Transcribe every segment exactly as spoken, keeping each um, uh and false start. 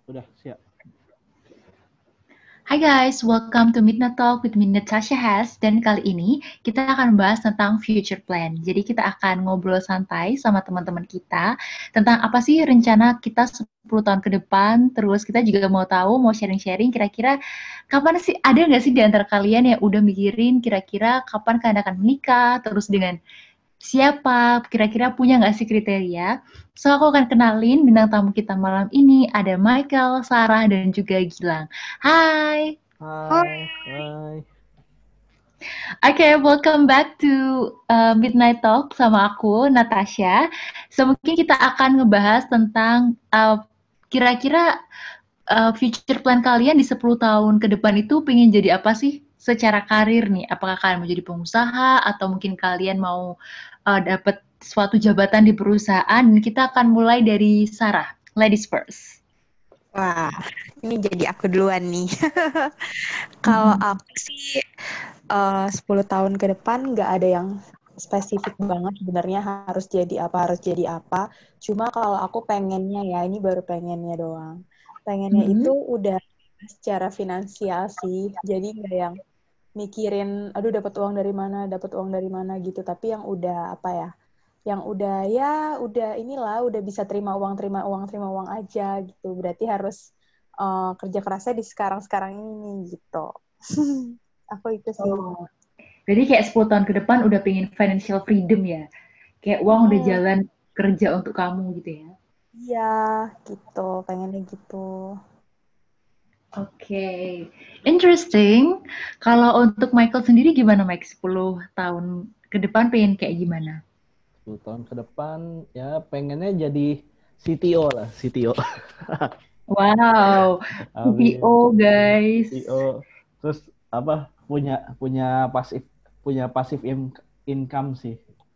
Sudah siap. Hai guys, welcome to Midnight Talk with me Natasha Has. Dan kali ini kita akan bahas tentang future plan. Jadi kita akan ngobrol santai sama teman-teman kita tentang apa sih rencana kita sepuluh tahun ke depan. Terus kita juga mau tahu, mau sharing-sharing kira-kira kapan sih, ada nggak sih di antara kalian yang udah mikirin kira-kira kapan kalian akan menikah, terus dengan siapa, kira-kira punya nggak sih kriteria? So, aku akan kenalin bintang tamu kita malam ini. Ada Michael, Sarah, dan juga Gilang. Hai! Hai, hai. Oke, okay, welcome back to uh, Midnight Talk sama aku, Natasha. So, mungkin kita akan ngebahas tentang uh, kira-kira uh, future plan kalian di sepuluh tahun ke depan itu pengen jadi apa sih secara karir nih? Apakah kalian mau jadi pengusaha atau mungkin kalian mau uh, dapat suatu jabatan di perusahaan? Dan kita akan mulai dari Sarah, ladies first. Wah, ini jadi aku duluan nih. Kalau Mhm. aku sih uh, sepuluh tahun ke depan nggak ada yang spesifik banget sebenarnya harus jadi apa, harus jadi apa. Cuma kalau aku pengennya ya, ini baru pengennya doang. Pengennya Mhm. itu udah secara finansial sih. Jadi nggak yang mikirin, aduh dapat uang dari mana, dapat uang dari mana gitu. Tapi yang udah apa ya, yang udah ya udah inilah udah bisa terima uang terima uang terima uang aja gitu, berarti harus uh, kerja kerasnya di sekarang sekarang ini gitu. Aku itu sih. Oh, jadi kayak sepuluh tahun ke depan udah pengen financial freedom ya? Kayak uang udah Mm-mm. jalan kerja untuk kamu gitu ya? Iya gitu, pengennya gitu. Oke, okay. Interesting. Kalau untuk Michael sendiri gimana, Mike? sepuluh tahun ke depan pengen kayak gimana? sepuluh tahun ke depan ya pengennya jadi C T O lah, C T O. Wow, Amin. C T O guys. C T O. Terus apa? Punya punya pasif punya pasif in- income sih.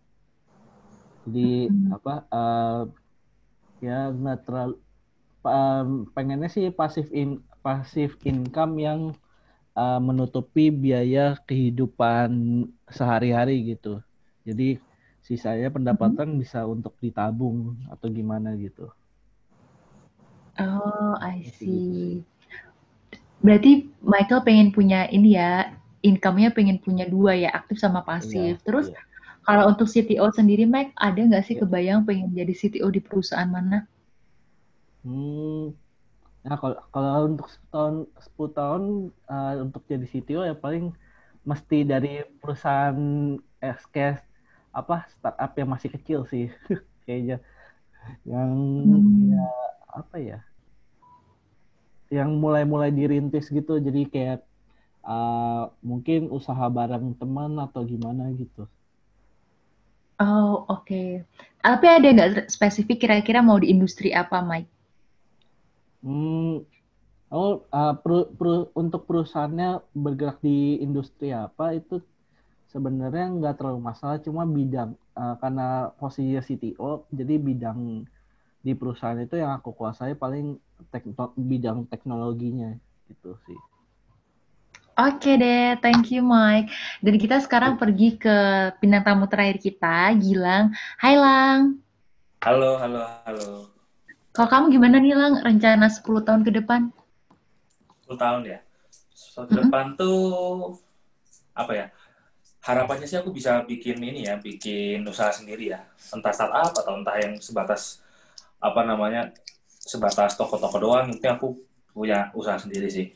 Jadi Hmm. apa? Uh, ya nggak terlalu um, pengennya sih pasif in pasif income yang uh, menutupi biaya kehidupan sehari-hari gitu. Jadi sisanya Hmm. pendapatan bisa untuk ditabung atau gimana gitu. Oh, I Kayak gitu sih. see. Berarti Michael pengen punya ini ya, income-nya pengen punya dua ya, aktif sama Iya, pasif. Terus iya. kalau untuk C T O sendiri, Mike, ada nggak sih Ya. kebayang pengen jadi C T O di perusahaan mana? Hmm, nah kalau kalau untuk setahun sepuluh tahun uh, untuk jadi C T O ya paling mesti dari perusahaan eh, kayak apa startup yang masih kecil sih kayaknya yang ya Hmm. apa ya yang mulai-mulai dirintis gitu jadi kayak uh, mungkin usaha bareng teman atau gimana gitu. Oh, oke. Okay. Tapi ada nggak spesifik kira-kira mau di industri apa, Mike? Hmm, oh uh, per- per- untuk perusahaannya bergerak di industri apa itu sebenarnya nggak terlalu masalah cuma bidang uh, karena posisinya C T O jadi bidang di perusahaan itu yang aku kuasai paling tekno- bidang teknologinya gitu sih. Oke deh, thank you Mike. Dan kita sekarang pergi ke bintang tamu terakhir kita, Gilang. Hai Lang, Halo, halo, halo. kalau kamu gimana nih Lang, rencana sepuluh tahun ke depan? sepuluh tahun ya. sepuluh ke Mm-mm. depan tuh apa ya? Harapannya sih aku bisa bikin ini ya, bikin usaha sendiri ya. Entah startup atau entah yang sebatas apa namanya? Sebatas toko-toko doang, tapi aku punya usaha sendiri sih.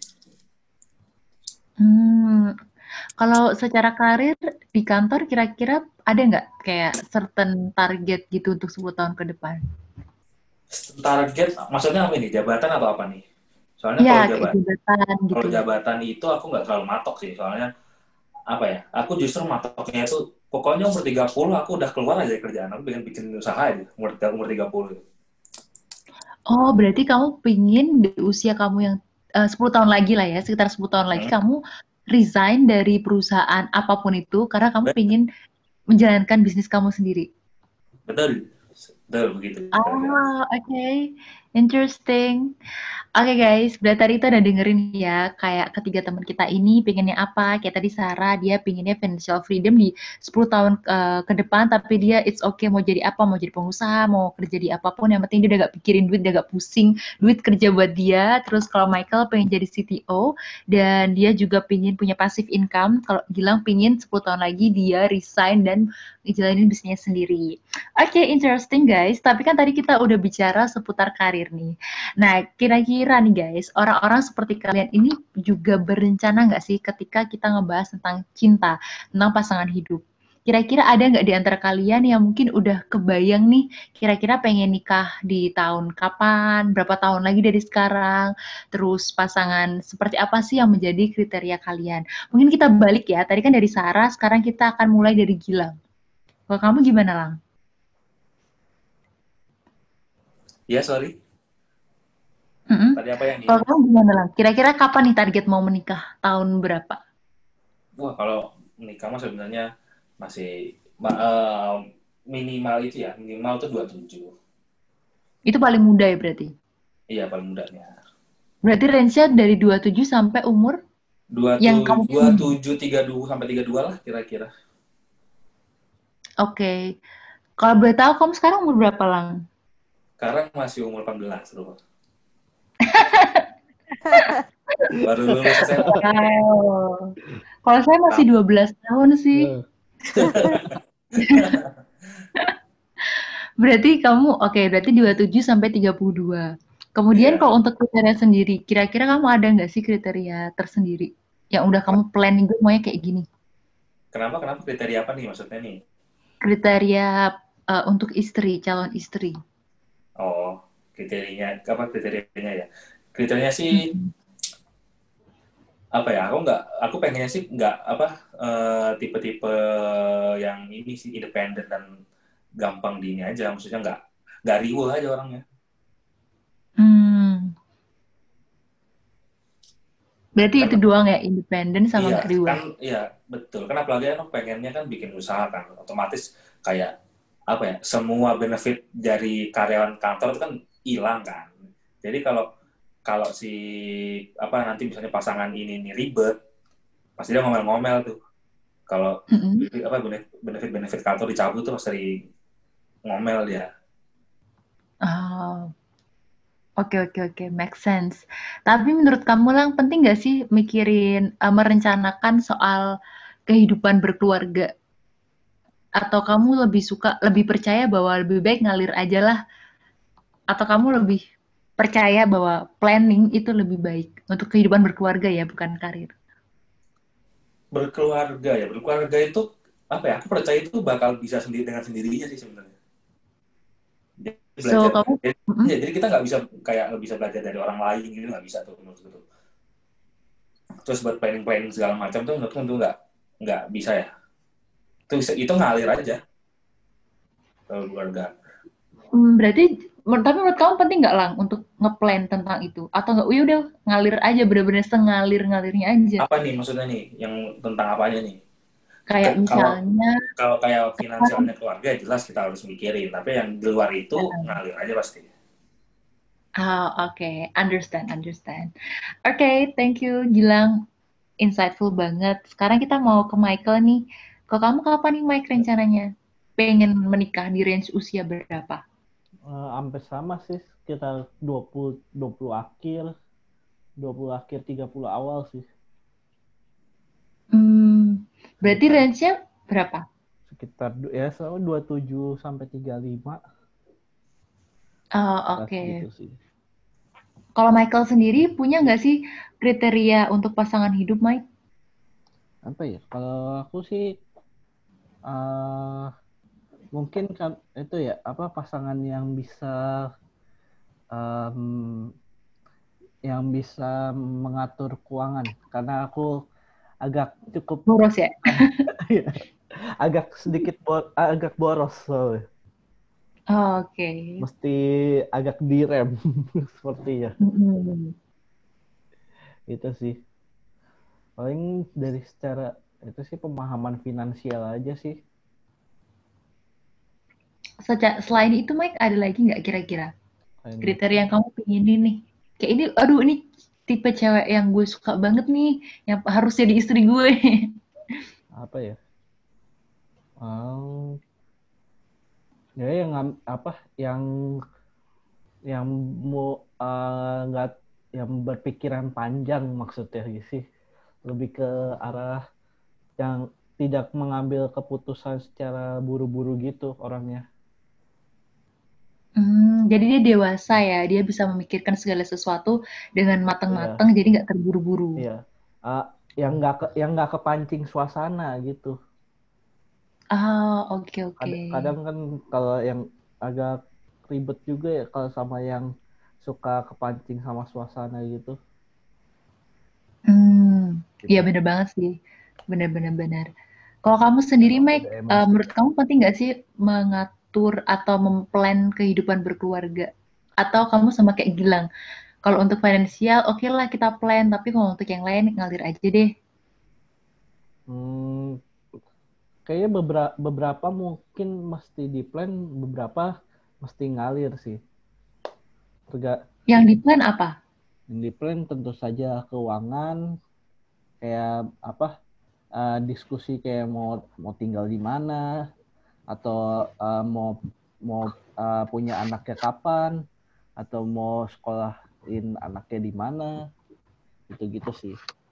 Hmm, kalau secara karir di kantor kira-kira ada nggak kayak certain target gitu untuk sepuluh tahun ke depan? Target maksudnya apa ini? Jabatan atau apa nih? Soalnya Ya, kalau kayak jabat jabatan kalau gitu. jabatan itu aku nggak terlalu matok sih. Soalnya apa ya? Aku justru matoknya itu pokoknya umur tiga puluh aku udah keluar aja dari kerjaan. Aku pengen bikin usaha aja umur umur tiga puluh. Oh, berarti kamu pingin di usia kamu yang eh, sepuluh tahun lagi lah ya, sekitar sepuluh tahun lagi Hmm. kamu resign dari perusahaan apapun itu karena kamu pingin menjalankan bisnis kamu sendiri. Betul. Betul begitu kira-kira. Ah, oke. Interesting. Oke guys, berarti tadi kita udah dengerin ya, kayak ketiga teman kita ini pengennya apa. Kayak tadi Sarah, dia pengennya financial freedom di sepuluh tahun eh, ke depan, tapi dia it's okay mau jadi apa, mau jadi pengusaha, mau kerja di apapun, yang penting dia udah gak pikirin duit, udah gak pusing, duit kerja buat dia. Terus kalau Michael pengen jadi C T O, dan dia juga pengen punya passive income. Kalau Gilang pengen sepuluh tahun lagi dia resign dan ngejalanin bisnisnya sendiri. Oke, interesting guys. Tapi kan tadi kita udah bicara seputar karir nih. Nah, kira-kira nih guys, orang-orang seperti kalian ini juga berencana nggak sih ketika kita ngebahas tentang cinta, tentang pasangan hidup? Kira-kira ada nggak di antara kalian yang mungkin udah kebayang nih, kira-kira pengen nikah di tahun kapan, berapa tahun lagi dari sekarang, terus pasangan seperti apa sih yang menjadi kriteria kalian? Mungkin kita balik ya, tadi kan dari Sarah, sekarang kita akan mulai dari Gilang. Kalau kamu gimana, Lang? Ya, sorry. Mm-mm. Tadi apa yang di... Kalau kamu gimana, Lang? Kira-kira kapan nih target mau menikah? Tahun berapa? Wah, kalau nikah mah sebenarnya masih ma- eh, minimal itu ya, minimal tuh dua puluh tujuh. Itu paling muda ya berarti? Iya, paling mudanya. Berarti range-nya dari dua puluh tujuh sampai umur yang kamu dua puluh tujuh, tiga puluh dua sampai tiga puluh dua lah kira-kira. Oke. Okay. Kalau boleh tahu kamu sekarang umur berapa, Lang? Sekarang masih umur delapan belas, loh. Baru lulus S M A. Wow. Kalau saya masih dua belas tahun sih. Berarti kamu, oke, okay, berarti dua puluh tujuh sampai tiga puluh dua. Kemudian Iya. kalau untuk kriteria sendiri, kira-kira kamu ada nggak sih kriteria tersendiri? Yang udah kamu planning gue maunya kayak gini? Kenapa? Kenapa kriteria apa nih maksudnya nih? Kriteria uh, untuk istri, calon istri. Oh, kriterianya apa kriterianya ya? Kriterianya sih Hmm. apa ya? Aku nggak, aku pengennya sih nggak apa uh, tipe-tipe yang ini sih independen dan gampang di ini aja. Maksudnya nggak nggak riuh aja orangnya. Hmm. Berarti Kan, itu doang ya, independen sama iya, nggak riwah. kan, iya betul. Kan apalagi aku pengennya kan bikin usaha kan, otomatis kayak apa ya? Semua benefit dari karyawan kantor itu kan hilang kan. Jadi kalau kalau si apa nanti misalnya pasangan ini nih ribet, pasti dia ngomel-ngomel tuh. Kalau Mm-mm. apa benefit-benefit kantor dicabut tuh pasti ngomel dia. Oh, oke oke oke, make sense. Tapi menurut kamu Lang, penting nggak sih mikirin, uh, merencanakan soal kehidupan berkeluarga? Atau kamu lebih suka, lebih percaya bahwa lebih baik ngalir aja lah? Atau kamu lebih percaya bahwa planning itu lebih baik untuk kehidupan berkeluarga ya, bukan karir? Berkeluarga ya, berkeluarga itu apa ya? Aku percaya itu bakal bisa sendiri dengan sendirinya sih sebenarnya. Jadi So, belajar. kamu, Jadi, mm-mm. ya, jadi kita nggak bisa kayak nggak bisa belajar dari orang lain gitu, nggak bisa tuh menurutku tuh. Terus buat planning-planning segala macam tuh menurutku tuh nggak nggak bisa ya. Itu itu ngalir aja kalau keluarga. Hmm, berarti, men- tapi menurut kamu penting nggak Lang untuk ngeplan tentang itu? Atau nggak, "Wih, udah ngalir aja, bener-bener sengalir-ngalirnya aja." Apa nih maksudnya nih? Yang tentang apanya nih? Kayak Ke- kalau misalnya, kalau kayak finansialnya keluarga ya jelas kita harus mikirin. Tapi yang di luar itu ngalir aja pasti. ah oke, understand, understand. Oke, thank you, Gilang. Insightful banget. Sekarang kita mau ke Michael nih. Kalau kamu kapan nih, Mike, rencananya? Pengen menikah di range usia berapa? Eh, hampir sama sih, sekitar dua puluh dua puluh akhir, dua puluh akhir tiga puluh awal sih. Hmm, berarti Sekitar range-nya berapa? sekitar du- ya sama dua puluh tujuh sampai tiga puluh lima Oh, pas oke. gitu sih. Kalau Michael sendiri punya nggak sih kriteria untuk pasangan hidup, Mike? Apa ya? Kalau aku sih eh mungkin kan itu ya apa pasangan yang bisa em, yang bisa mengatur keuangan karena aku agak cukup Boros ya? agak sedikit bo- agak boros soalnya. Oh, oke. Mesti agak direm sepertinya. Mm-mm. Itu sih paling dari secara itu sih pemahaman finansial aja sih. seca- selain itu Mike ada lagi nggak kira-kira Selain kriteria yang itu, kamu pengenin nih? Kayak ini, aduh ini tipe cewek yang gue suka banget nih, yang harus jadi istri gue. apa ya? Oh, ya yang am- apa yang yang mau eh, nggak yang berpikiran panjang maksudnya gitu sih. Lebih ke arah yang tidak mengambil keputusan secara buru-buru gitu orangnya. Hmm, jadi dia dewasa ya, dia bisa memikirkan segala sesuatu dengan Iya, matang-matang, jadi nggak terburu-buru. iya. Ah, yang nggak ke, yang nggak kepancing suasana gitu. Ah, oke oke. Kad- Kadang kan kalau yang agak ribet juga ya kalau sama yang suka kepancing sama suasana gitu. Hmm, iya Gitu. bener banget sih, bener-bener bener. Kalau kamu Yang sendiri, nggak Mike, boleh eh, emosi. menurut kamu penting nggak sih mengatur atau memplan kehidupan berkeluarga? Atau kamu sama kayak Gilang, kalau untuk finansial, oke lah kita plan, tapi kalau untuk yang lain ngalir aja deh. Hmm, kayaknya beberapa beberapa mungkin mesti di plan, beberapa mesti ngalir sih. Terga, Yang di plan apa? yang di plan tentu saja keuangan, kayak apa eh, diskusi kayak mau mau tinggal di mana atau eh, mau mau eh, punya anaknya kapan atau mau sekolahin anaknya di mana gitu-gitu sih.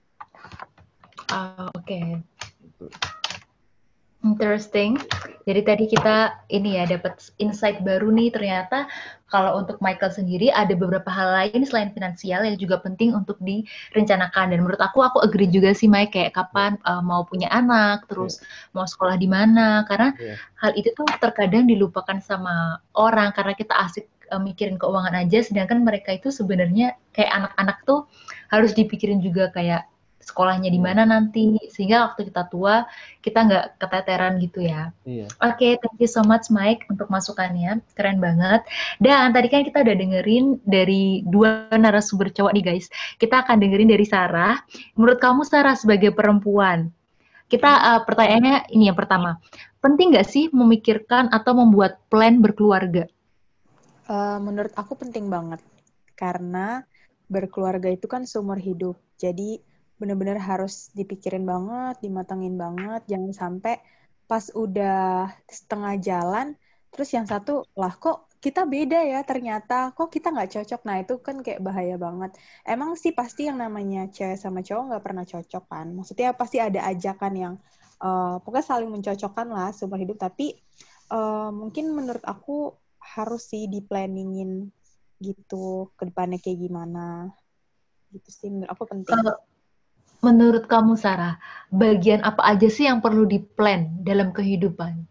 Ah, oke. Gitu. Interesting. Jadi tadi kita ini ya dapat insight baru nih, ternyata kalau untuk Michael sendiri ada beberapa hal lain selain finansial yang juga penting untuk direncanakan. Dan menurut aku aku agree juga sih Mike, kayak Ya, kapan uh, mau punya anak, ya, terus mau sekolah di mana. Karena ya, hal itu tuh terkadang dilupakan sama orang karena kita asik uh, mikirin keuangan aja, sedangkan mereka itu sebenarnya kayak anak-anak tuh harus dipikirin juga kayak sekolahnya di ya, mana nanti, sehingga waktu kita tua kita nggak keteteran gitu ya. iya. Oke, okay, thank you so much Mike untuk masukannya, keren banget. Dan tadi kan kita udah dengerin dari dua narasumber cowok nih guys. Kita akan dengerin dari Sarah. Menurut kamu Sarah sebagai perempuan, kita Hmm. uh, pertanyaannya ini yang pertama, penting nggak sih memikirkan atau membuat plan berkeluarga? Uh, menurut aku penting banget karena berkeluarga itu kan seumur hidup. Jadi benar-benar harus dipikirin banget, dimatengin banget. Jangan sampai pas udah setengah jalan, terus yang satu, lah kok kita beda ya ternyata, kok kita nggak cocok. Nah itu kan kayak bahaya banget. Emang sih pasti yang namanya cewek sama cowok nggak pernah cocok kan. Maksudnya pasti ada ajakan yang, uh, pokoknya saling mencocokkan lah seumur hidup. Tapi uh, mungkin menurut aku harus sih di-planningin gitu ke depannya kayak gimana gitu sih menurut aku penting. Kalau menurut kamu Sarah, bagian apa aja sih yang perlu di-plan dalam kehidupan?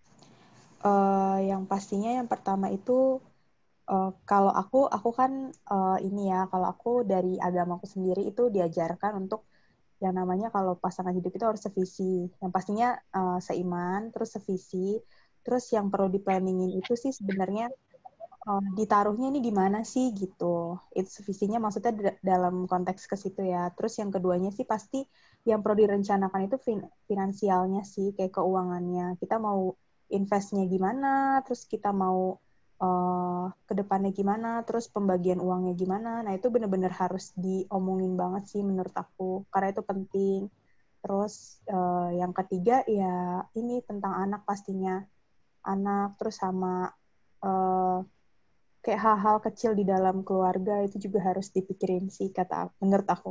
Uh, yang pastinya yang pertama itu uh, kalau aku aku kan uh, ini ya kalau aku dari agamaku sendiri itu diajarkan untuk yang namanya kalau pasangan hidup itu harus sevisi. Yang pastinya uh, seiman terus sevisi. Terus yang perlu di-planningin itu sih sebenarnya uh, ditaruhnya ini di mana sih gitu. Itu visinya maksudnya d- dalam konteks ke situ ya. Terus yang keduanya sih pasti yang perlu direncanakan itu fin- finansialnya sih, kayak keuangannya. Kita mau investnya gimana, terus kita mau uh, ke depannya gimana, terus pembagian uangnya gimana. Nah, itu benar-benar harus diomongin banget sih menurut aku, karena itu penting. Terus uh, yang ketiga ya ini tentang anak pastinya. Anak, terus sama uh, kayak hal-hal kecil di dalam keluarga itu juga harus dipikirin sih kata menurut aku.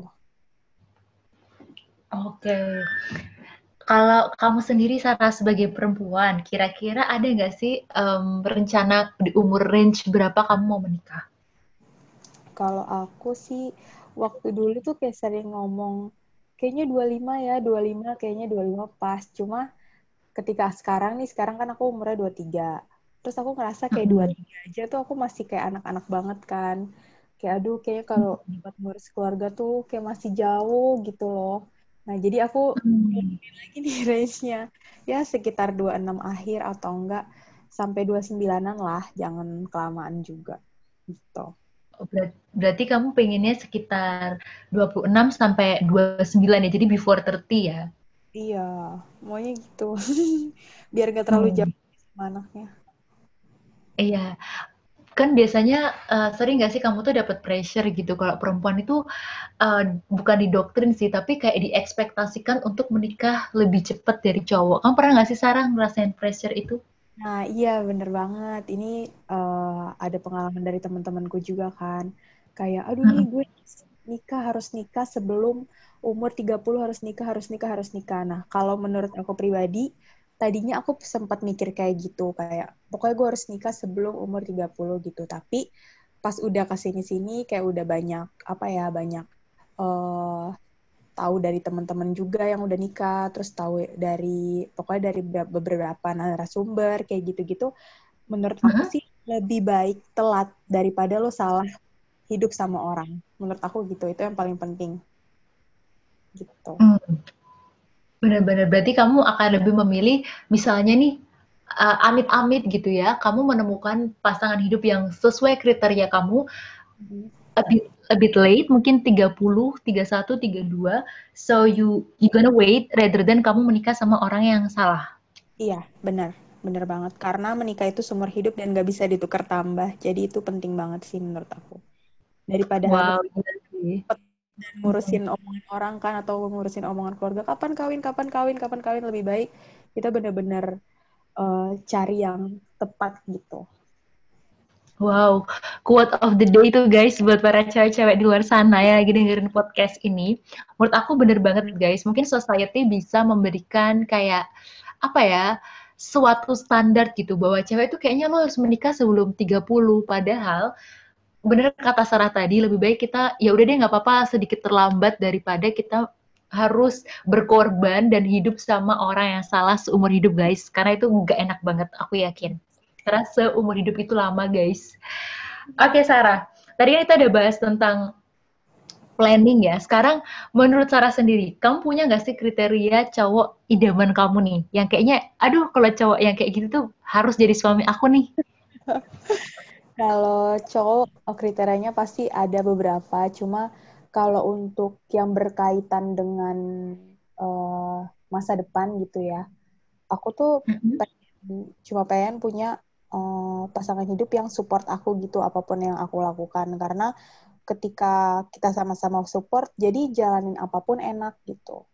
Oke. Kalau kamu sendiri Sarah sebagai perempuan, kira-kira ada nggak sih um, rencana di umur range berapa kamu mau menikah? Kalau aku sih waktu dulu tuh kayak sering ngomong kayaknya dua puluh lima ya, dua puluh lima kayaknya dua puluh lima pas. Cuma ketika sekarang nih, sekarang kan aku umurnya dua puluh tiga. Terus aku ngerasa kayak dua puluh tiga aja tuh aku masih kayak anak-anak banget kan. Kayak aduh kayaknya kalau buat ngurus keluarga tuh kayak masih jauh gitu loh. Nah, jadi aku Hmm. lagi nih range-nya ya sekitar dua puluh enam akhir atau enggak sampai dua puluh sembilanan lah, jangan kelamaan juga gitu. Oh, ber- berarti kamu pengennya sekitar dua puluh enam sampai dua puluh sembilan ya, jadi before tiga puluh ya? Iya, maunya gitu. Biar nggak terlalu Hmm. jauh sama anaknya. Iya, kan biasanya uh, sering nggak sih kamu tuh dapat pressure gitu kalau perempuan itu uh, bukan didoktrin sih, tapi kayak diekspektasikan untuk menikah lebih cepat dari cowok. Kamu pernah nggak sih Sarah ngerasain pressure itu? Nah, iya bener banget. Ini eh, ada pengalaman dari teman-temanku juga kan. Kayak, aduh nih Mm-mm. gue nikah, harus nikah sebelum umur tiga puluh, harus nikah, harus nikah, harus nikah. Nah, kalau menurut aku pribadi, tadinya aku sempat mikir kayak gitu. Kayak, pokoknya gue harus nikah sebelum umur tiga puluh gitu. Tapi pas udah kesini-sini, kayak udah banyak, apa ya, banyak eh tahu dari teman-teman juga yang udah nikah, terus tahu dari pokoknya dari beberapa narasumber kayak gitu-gitu. Menurut aku Mm-mm. sih lebih baik telat daripada lo salah hidup sama orang. Menurut aku gitu, itu yang paling penting gitu. Hmm, benar-benar. Berarti kamu akan lebih memilih, misalnya nih, uh, amit-amit gitu ya, kamu menemukan pasangan hidup yang sesuai kriteria kamu, Mhm. a bit a bit late, mungkin tiga puluh, tiga puluh satu, tiga puluh dua, so you you gonna wait rather than kamu menikah sama orang yang salah. Iya, benar. Benar banget. Karena menikah itu seumur hidup dan gak bisa ditukar tambah. Jadi itu penting banget sih menurut aku. Daripada harus Wow, iya sih. dan Mhm. ngurusin omongan orang kan atau ngurusin omongan keluarga, kapan kawin, kapan kawin, kapan kawin, lebih baik kita benar-benar uh, cari yang tepat gitu. Wow, quote of the day itu guys buat para cewek-cewek di luar sana yang lagi dengerin podcast ini. Menurut aku bener banget guys, mungkin society bisa memberikan kayak apa ya, suatu standar gitu bahwa cewek itu kayaknya lo harus menikah sebelum tiga puluh, padahal bener kata Sarah tadi, lebih baik kita ya udah deh nggak apa-apa sedikit terlambat daripada kita harus berkorban dan hidup sama orang yang salah seumur hidup guys, karena itu nggak enak banget, aku yakin. Karena seumur hidup itu lama guys. Oke Sarah, tadi kan kita udah bahas tentang planning ya. Sekarang menurut Sarah sendiri, kamu punya nggak sih kriteria cowok idaman kamu nih? Yang kayaknya, aduh kalau cowok yang kayak gitu tuh harus jadi suami aku nih. Kalau cowok oh, kriterianya pasti ada beberapa, cuma kalau untuk yang berkaitan dengan uh, masa depan gitu ya, aku tuh Mm-hmm. pengen, cuma pengen punya uh, pasangan hidup yang support aku gitu apapun yang aku lakukan, karena ketika kita sama-sama support, jadi jalanin apapun enak gitu.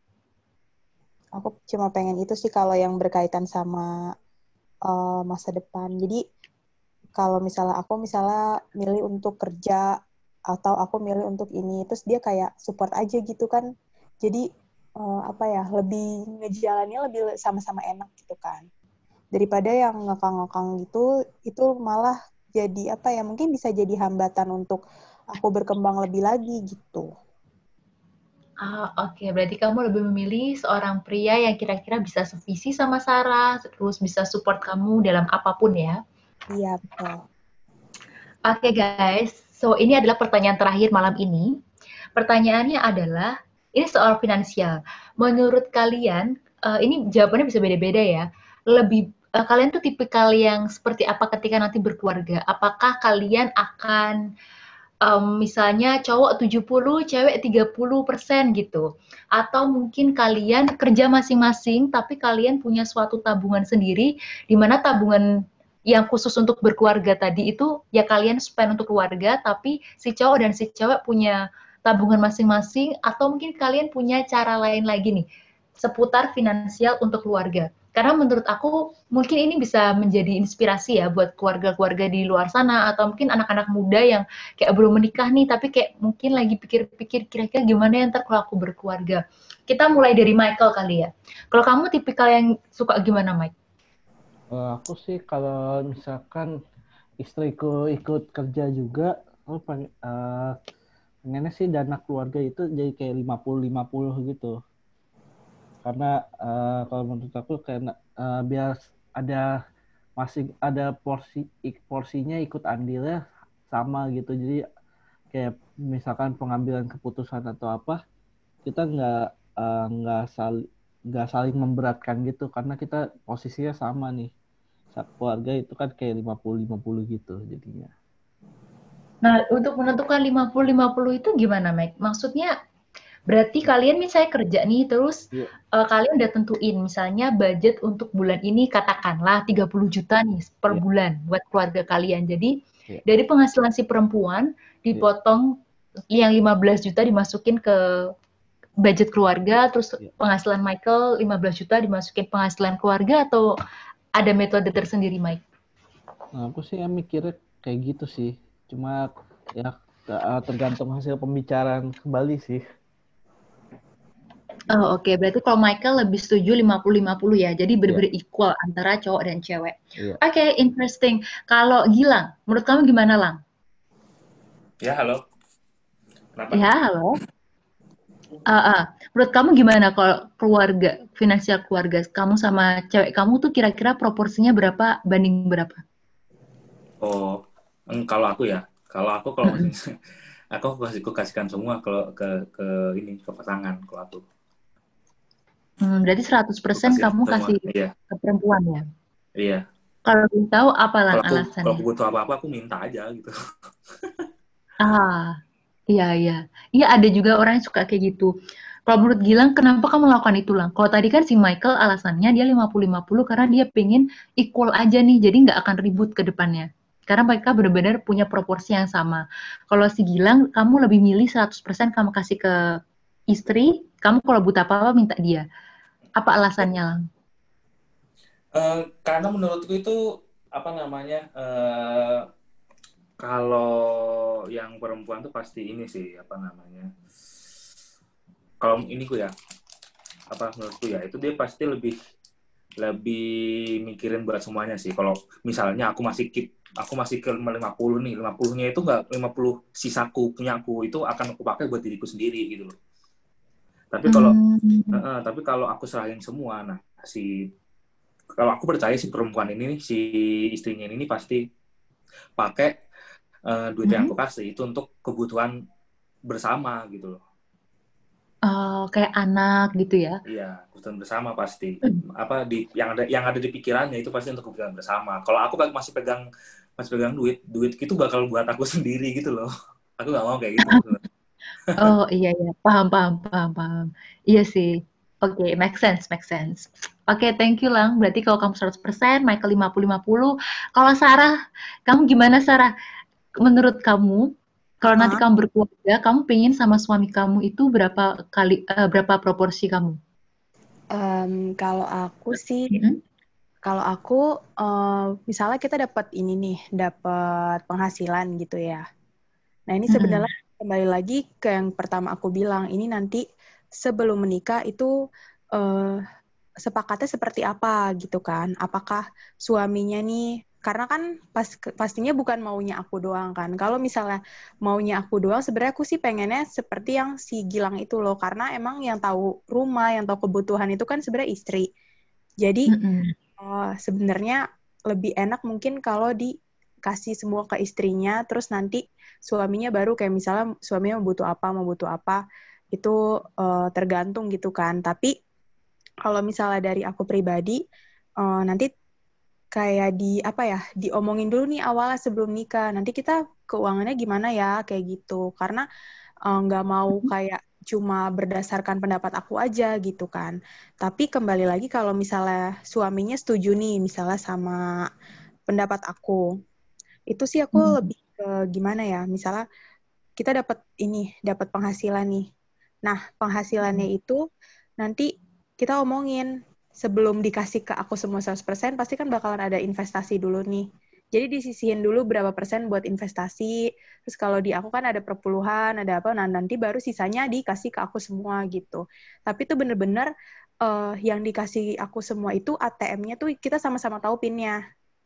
Aku cuma pengen itu sih kalau yang berkaitan sama uh, masa depan. Jadi kalau misalnya aku misalnya milih untuk kerja atau aku milih untuk ini, terus dia kayak support aja gitu kan. Jadi uh, apa ya, lebih ngejalannya lebih sama-sama enak gitu kan. Daripada yang ngekang-ngekang gitu, itu malah jadi apa ya, mungkin bisa jadi hambatan untuk aku berkembang lebih lagi gitu. Ah, oke. Berarti kamu lebih memilih seorang pria yang kira-kira bisa sevisi sama Sarah, terus bisa support kamu dalam apapun ya. Iya, betul. Oke guys, so ini adalah pertanyaan terakhir malam ini. Pertanyaannya adalah, ini soal finansial. Menurut kalian, eh, ini jawabannya bisa beda-beda ya. Lebih eh, kalian tuh tipikal yang seperti apa ketika nanti berkeluarga? Apakah kalian akan um, misalnya cowok tujuh puluh, cewek tiga puluh persen gitu. Atau mungkin kalian kerja masing-masing, tapi kalian punya suatu tabungan sendiri, di mana tabungan yang khusus untuk berkeluarga tadi itu, ya kalian spend untuk keluarga, tapi si cowok dan si cewek punya tabungan masing-masing, atau mungkin kalian punya cara lain lagi nih, seputar finansial untuk keluarga. Karena menurut aku mungkin ini bisa menjadi inspirasi ya buat keluarga-keluarga di luar sana, atau mungkin anak-anak muda yang kayak belum menikah nih, tapi kayak mungkin lagi pikir-pikir kira-kira gimana ya ntar kalau aku berkeluarga. Kita mulai dari Michael kali ya. Kalau kamu tipikal yang suka gimana, Mike? Uh, aku sih kalau misalkan istriku ikut kerja juga, aku pengen, uh, pengennya sih dana keluarga itu jadi kayak lima puluh lima puluh gitu. Karena uh, kalau menurut aku kayak uh, biar ada masih ada porsi porsinya ikut andilnya sama gitu. Jadi kayak misalkan pengambilan keputusan atau apa, kita nggak uh, nggak saling nggak saling memberatkan gitu karena kita posisinya sama nih. Keluarga itu kan kayak lima puluh lima puluh gitu jadinya. Nah, untuk menentukan lima puluh lima puluh itu gimana, Mike? Maksudnya Berarti kalian misalnya kerja nih, terus Iya. uh, kalian udah tentuin misalnya budget untuk bulan ini katakanlah tiga puluh juta nih per Iya. bulan buat keluarga kalian. Jadi Iya. dari penghasilan si perempuan dipotong yang lima belas juta dimasukin ke budget keluarga, terus Iya. penghasilan Michael lima belas juta dimasukin penghasilan keluarga, atau ada metode tersendiri, Mike? Nah, aku sih ya mikirnya kayak gitu sih. Cuma ya tergantung hasil pembicaraan kembali sih. Oh, oke. Okay. Berarti kalau Michael lebih setuju lima puluh lima puluh ya. Jadi benar-benar Yeah. equal antara cowok dan cewek. Yeah. Oke, okay, interesting. Kalau Gilang, menurut kamu gimana, Lang? Ya, halo. Kenapa? Ya, halo. Uh, uh. Menurut kamu gimana kalau keluarga, finansial keluarga kamu sama cewek kamu tuh kira-kira proporsinya berapa banding berapa? Oh, kalau aku ya, kalau aku kalau masih aku kasih aku kasihkan semua kalau ke ke ini ke pasangan kalau aku. Hmm, berarti seratus persen kamu semua. kasih Iya. ke perempuan ya? Iya. Kalau belum tahu apa lah alasannya? Kalau aku butuh apa-apa aku minta aja gitu. Ah, iya iya. Iya, ada juga orang yang suka kayak gitu. Kalau menurut Gilang, kenapa kamu melakukan itu, Lang? Kalau tadi kan si Michael alasannya dia lima puluh lima puluh karena dia pengen equal aja nih, jadi nggak akan ribut ke depannya. Karena mereka benar-benar punya proporsi yang sama. Kalau si Gilang, kamu lebih milih seratus persen kamu kasih ke istri, kamu kalau butuh apa-apa minta dia. Apa alasannya, Lang? Uh, karena menurutku itu apa namanya uh, kalau yang perempuan tuh pasti ini sih apa namanya kalau ini ku ya apa menurutku ya itu dia pasti lebih lebih mikirin buat semuanya sih. Kalau misalnya aku masih keep aku masih ke lima puluh nih, lima puluh-nya itu nggak lima puluh sisaku punya aku itu akan aku pakai buat diriku sendiri gitu loh. Tapi kalau hmm. uh, tapi kalau aku serahin semua, nah si kalau aku percaya si perempuan ini si istrinya ini pasti pakai uh, duit yang aku kasih itu untuk kebutuhan bersama gitu loh. Oh, kayak anak gitu ya? Iya, kebutuhan bersama pasti. Hmm. Apa di yang ada yang ada di pikirannya itu pasti untuk kebutuhan bersama. Kalau aku masih pegang masih pegang duit, duit itu bakal buat aku sendiri gitu loh. Aku nggak mau kayak gitu. Oh iya iya, paham paham paham paham. Iya sih. Oke, okay, make sense, make sense. Oke, okay, thank you Lang. Berarti kalau kamu seratus persen, Michael lima puluh lima puluh. Kalau Sarah, kamu gimana Sarah? Menurut kamu, kalau huh? nanti kamu berkeluarga, kamu pengen sama suami kamu itu berapa kali uh, berapa proporsi kamu? Um, kalau aku sih, mm-hmm. kalau aku uh, misalnya kita dapat ini nih, dapat penghasilan gitu ya. Nah ini sebenarnya mm-hmm. kembali lagi ke yang pertama aku bilang, ini nanti sebelum menikah itu uh, sepakatnya seperti apa gitu kan? Apakah suaminya nih, karena kan pas, pastinya bukan maunya aku doang kan. Kalau misalnya maunya aku doang, sebenarnya aku sih pengennya seperti yang si Gilang itu loh. Karena emang yang tahu rumah, yang tahu kebutuhan itu kan sebenarnya istri. Jadi mm-hmm. uh, sebenarnya lebih enak mungkin kalau dikasih semua ke istrinya, terus nanti suaminya baru kayak misalnya suaminya mau butuh apa, mau butuh apa, itu uh, tergantung gitu kan. Tapi kalau misalnya dari aku pribadi, uh, nanti kayak di apa ya, diomongin dulu nih awalnya sebelum nikah. Nanti kita keuangannya gimana ya, kayak gitu. Karena nggak uh, mau kayak cuma berdasarkan pendapat aku aja gitu kan. Tapi kembali lagi kalau misalnya suaminya setuju nih, misalnya sama pendapat aku, itu sih aku hmm. lebih ke gimana ya, misalnya kita dapat ini, dapat penghasilan nih. Nah, penghasilannya hmm. itu nanti kita omongin sebelum dikasih ke aku semua seratus persen, pasti kan bakalan ada investasi dulu nih. Jadi disisihin dulu berapa persen buat investasi, terus kalau di aku kan ada perpuluhan, ada apa, nah nanti baru sisanya dikasih ke aku semua gitu. Tapi itu bener-bener uh, yang dikasih aku semua itu A T M-nya tuh kita sama-sama tahu PIN-nya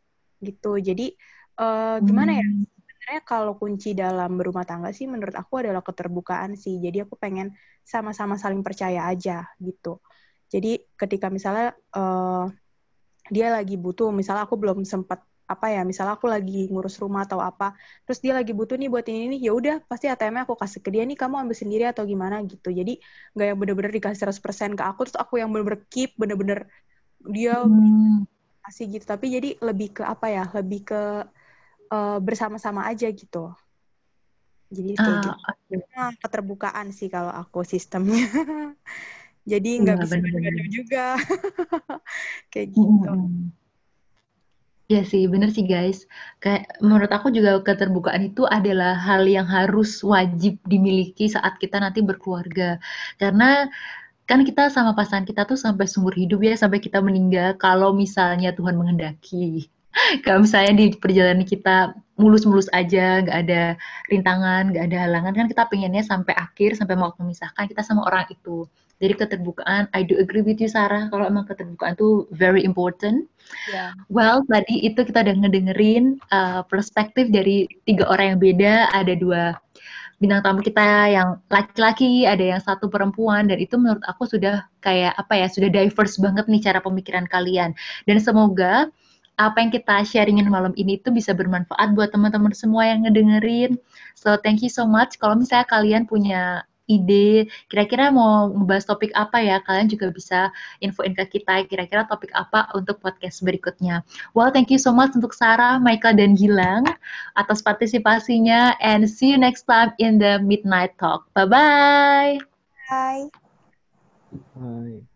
gitu. Jadi uh, gimana ya? Sebenarnya kalau kunci dalam berumah tangga sih menurut aku adalah keterbukaan sih. Jadi aku pengen sama-sama saling percaya aja gitu. Jadi ketika misalnya uh, dia lagi butuh, misalnya aku belum sempat apa ya, misalnya aku lagi ngurus rumah atau apa, terus dia lagi butuh nih buat ini nih, ya udah pasti A T M-nya aku kasih ke dia nih, kamu ambil sendiri atau gimana gitu. Jadi nggak yang bener-bener dikasih seratus persen ke aku, terus aku yang bener-bener keep, bener-bener dia hmm. kasih gitu. Tapi jadi lebih ke apa ya, lebih ke uh, bersama-sama aja gitu. Jadi kayak Ah, gitu. oke. Nah, keterbukaan sih kalau aku sistemnya. Jadi nggak Iya, bisa benar-benar. ngadu-ngadu juga. Kayak Mm, gitu. mm, mm. Iya sih, bener sih guys. Kayak menurut aku juga keterbukaan itu adalah hal yang harus wajib dimiliki saat kita nanti berkeluarga. Karena kan kita sama pasangan kita tuh sampai seumur hidup ya, sampai kita meninggal kalau misalnya Tuhan menghendaki. Kalau misalnya di perjalanan kita mulus-mulus aja, nggak ada rintangan, nggak ada halangan, kan kita pengennya sampai akhir, sampai mau memisahkan kita sama orang itu. Jadi keterbukaan, I do agree with you Sarah, kalau emang keterbukaan itu very important. Ya. Well, tadi itu kita udah ngedengerin uh, perspektif dari tiga orang yang beda, ada dua bintang tamu kita yang laki-laki, ada yang satu perempuan, dan itu menurut aku sudah kayak apa ya, sudah diverse banget nih cara pemikiran kalian. Dan semoga apa yang kita sharingin malam ini itu bisa bermanfaat buat teman-teman semua yang ngedengerin. So, thank you so much. Kalau misalnya kalian punya ide, kira-kira mau ngebahas topik apa ya, kalian juga bisa infoin ke kita, kira-kira topik apa untuk podcast berikutnya. Well, thank you so much untuk Sarah, Michael, dan Gilang atas partisipasinya, and see you next time in the Midnight Talk. Bye-bye! Bye. Hai.